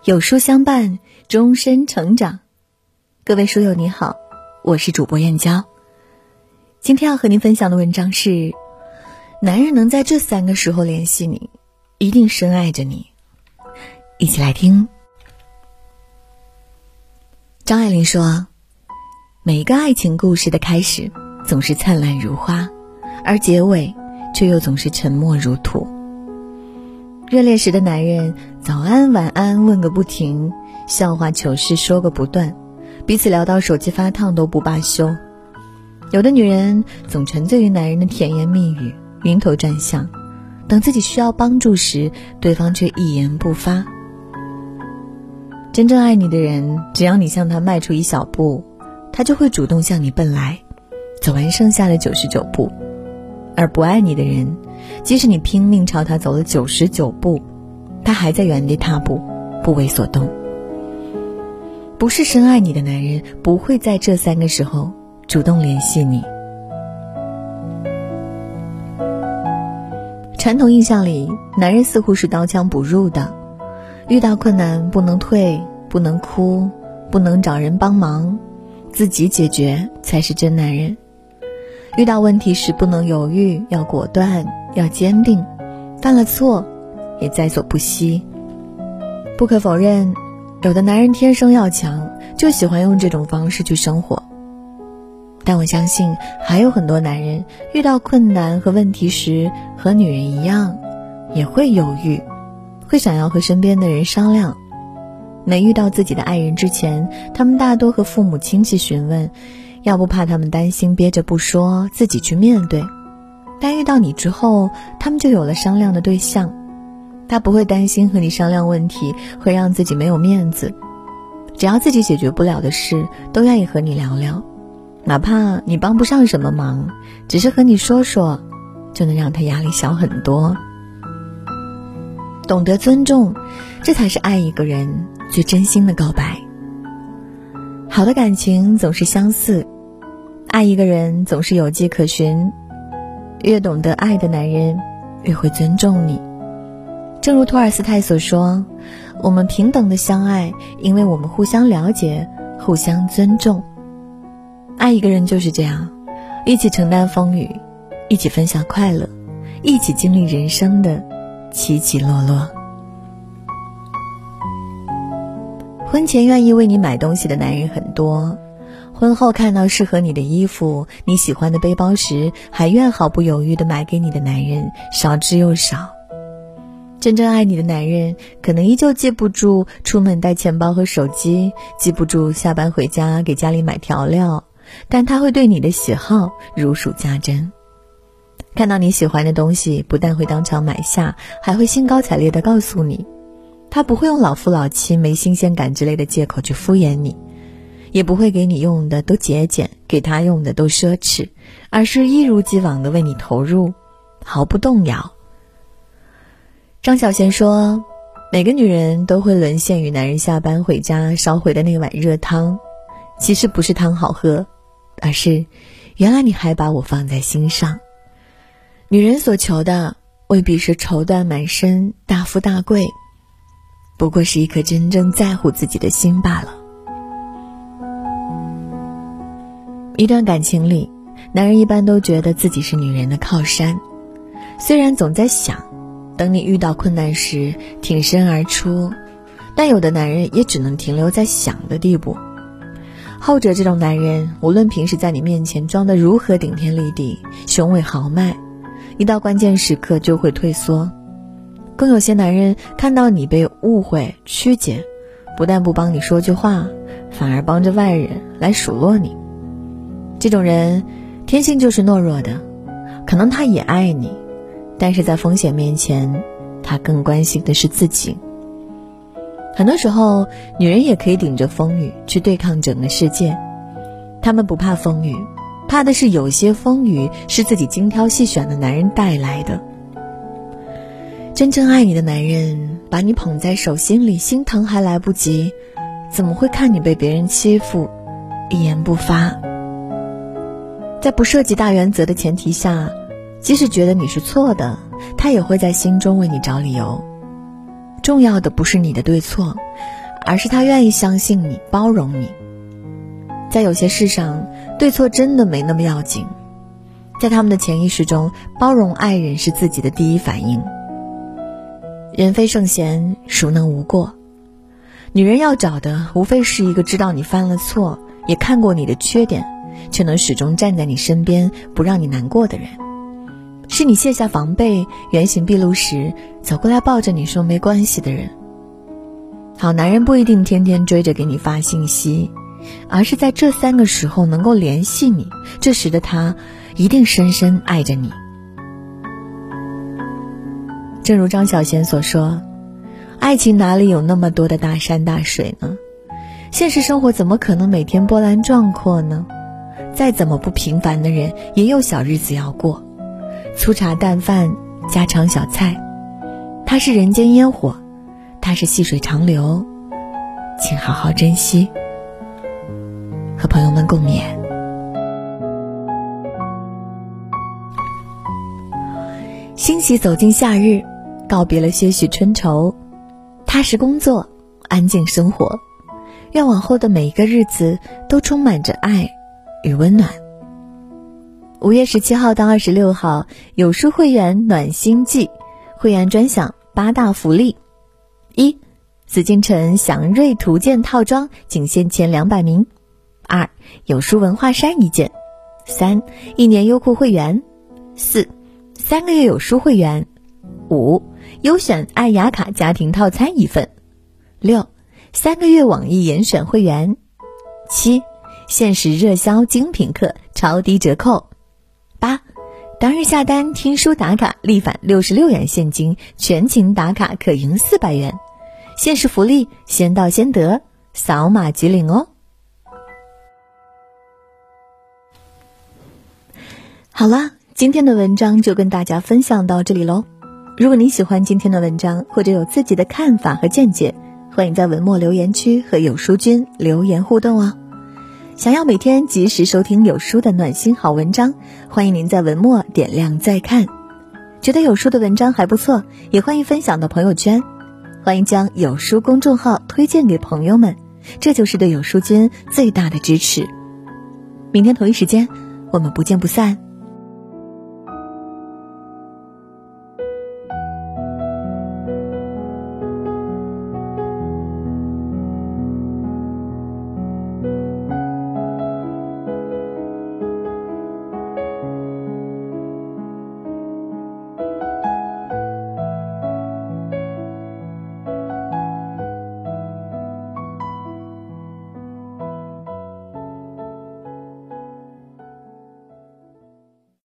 有书相伴，终身成长。各位书友你好，我是主播燕娇。今天要和您分享的文章是：男人能在这3个时候联系你，一定深爱着你。一起来听。张爱玲说，每一个爱情故事的开始总是灿烂如花，而结尾却又总是沉默如土。热恋时的男人早安晚安问个不停，笑话糗事说个不断，彼此聊到手机发烫都不罢休。有的女人总沉醉于男人的甜言蜜语，晕头转向，等自己需要帮助时，对方却一言不发。真正爱你的人，只要你向他迈出一小步，他就会主动向你奔来，走完剩下的99步。而不爱你的人，即使你拼命朝他走了99步，他还在原地踏步，不为所动。不是深爱你的男人，不会在这3个时候主动联系你。传统印象里，男人似乎是刀枪不入的，遇到困难不能退，不能哭，不能找人帮忙，自己解决才是真男人。遇到问题时不能犹豫，要果断，要坚定，犯了错也在所不惜。不可否认，有的男人天生要强，就喜欢用这种方式去生活。但我相信还有很多男人遇到困难和问题时，和女人一样，也会犹豫，会想要和身边的人商量。没遇到自己的爱人之前，他们大多和父母亲戚询问，要不怕他们担心憋着不说，自己去面对。但遇到你之后，他们就有了商量的对象。他不会担心和你商量问题会让自己没有面子，只要自己解决不了的事，都愿意和你聊聊。哪怕你帮不上什么忙，只是和你说说，就能让他压力小很多。懂得尊重，这才是爱一个人最真心的告白。好的感情总是相似，爱一个人总是有迹可循。越懂得爱的男人，越会尊重你。正如托尔斯泰所说，我们平等的相爱，因为我们互相了解，互相尊重。爱一个人就是这样，一起承担风雨，一起分享快乐，一起经历人生的起起落落。婚前愿意为你买东西的男人很多，婚后看到适合你的衣服，你喜欢的背包时，还愿毫不犹豫地买给你的男人少之又少。真正爱你的男人，可能依旧记不住出门带钱包和手机，记不住下班回家给家里买调料，但他会对你的喜好如数家珍。看到你喜欢的东西，不但会当场买下，还会兴高采烈地告诉你。他不会用老夫老妻没新鲜感之类的借口去敷衍你，也不会给你用的都节俭，给他用的都奢侈，而是一如既往地为你投入，毫不动摇。张小娴说，每个女人都会沦陷于男人下班回家烧回的那碗热汤，其实不是汤好喝，而是原来你还把我放在心上。女人所求的未必是绸缎满身大富大贵，不过是一颗真正在乎自己的心罢了。一段感情里，男人一般都觉得自己是女人的靠山，虽然总在想等你遇到困难时挺身而出，但有的男人也只能停留在想的地步。后者这种男人，无论平时在你面前装得如何顶天立地，雄伟豪迈，一到关键时刻就会退缩。更有些男人看到你被误会曲解，不但不帮你说句话，反而帮着外人来数落你。这种人天性就是懦弱的，可能他也爱你，但是在风险面前，他更关心的是自己。很多时候，女人也可以顶着风雨去对抗整个世界，她们不怕风雨，怕的是有些风雨是自己精挑细选的男人带来的。真正爱你的男人，把你捧在手心里，心疼还来不及，怎么会看你被别人欺负，一言不发？在不涉及大原则的前提下，即使觉得你是错的，他也会在心中为你找理由。 重要的不是你的对错，而是他愿意相信你，包容你。在有些事上，对错真的没那么要紧。在他们的潜意识中，包容爱人是自己的第一反应。人非圣贤，孰能无过？女人要找的无非是一个知道你犯了错，也看过你的缺点，却能始终站在你身边，不让你难过的人。是你卸下防备，原形毕露时走过来抱着你说没关系的人。好男人不一定天天追着给你发信息，而是在这3个时候能够联系你，这时的他一定深深爱着你。正如张小娴所说，爱情哪里有那么多的大山大水呢？现实生活怎么可能每天波澜壮阔呢？再怎么不平凡的人，也有小日子要过，粗茶淡饭，家常小菜。它是人间烟火，它是细水长流，请好好珍惜。和朋友们共勉。欣喜走进夏日，告别了些许春愁，踏实工作，安静生活。愿往后的每一个日子都充满着爱与温暖。5月17号到26号，有书会员暖心季，会员专享8大福利。1. 紫禁城祥瑞图鉴套装仅限前200名。2. 有书文化衫1件。3. 1年优酷会员。4. 3个月有书会员。5. 优选爱雅卡家庭套餐1份。6. 3个月网易严选会员。7. 限时热销精品课超低折扣。8. 当日下单听书打卡立返66元现金，全勤打卡可赢400元。限时福利，先到先得，扫码即领哦。好了，今天的文章就跟大家分享到这里咯。如果你喜欢今天的文章，或者有自己的看法和见解，欢迎在文末留言区和有书君留言互动哦。想要每天及时收听有书的暖心好文章，欢迎您在文末点亮再看。觉得有书的文章还不错，也欢迎分享到朋友圈，欢迎将有书公众号推荐给朋友们，这就是对有书君最大的支持。明天同一时间，我们不见不散。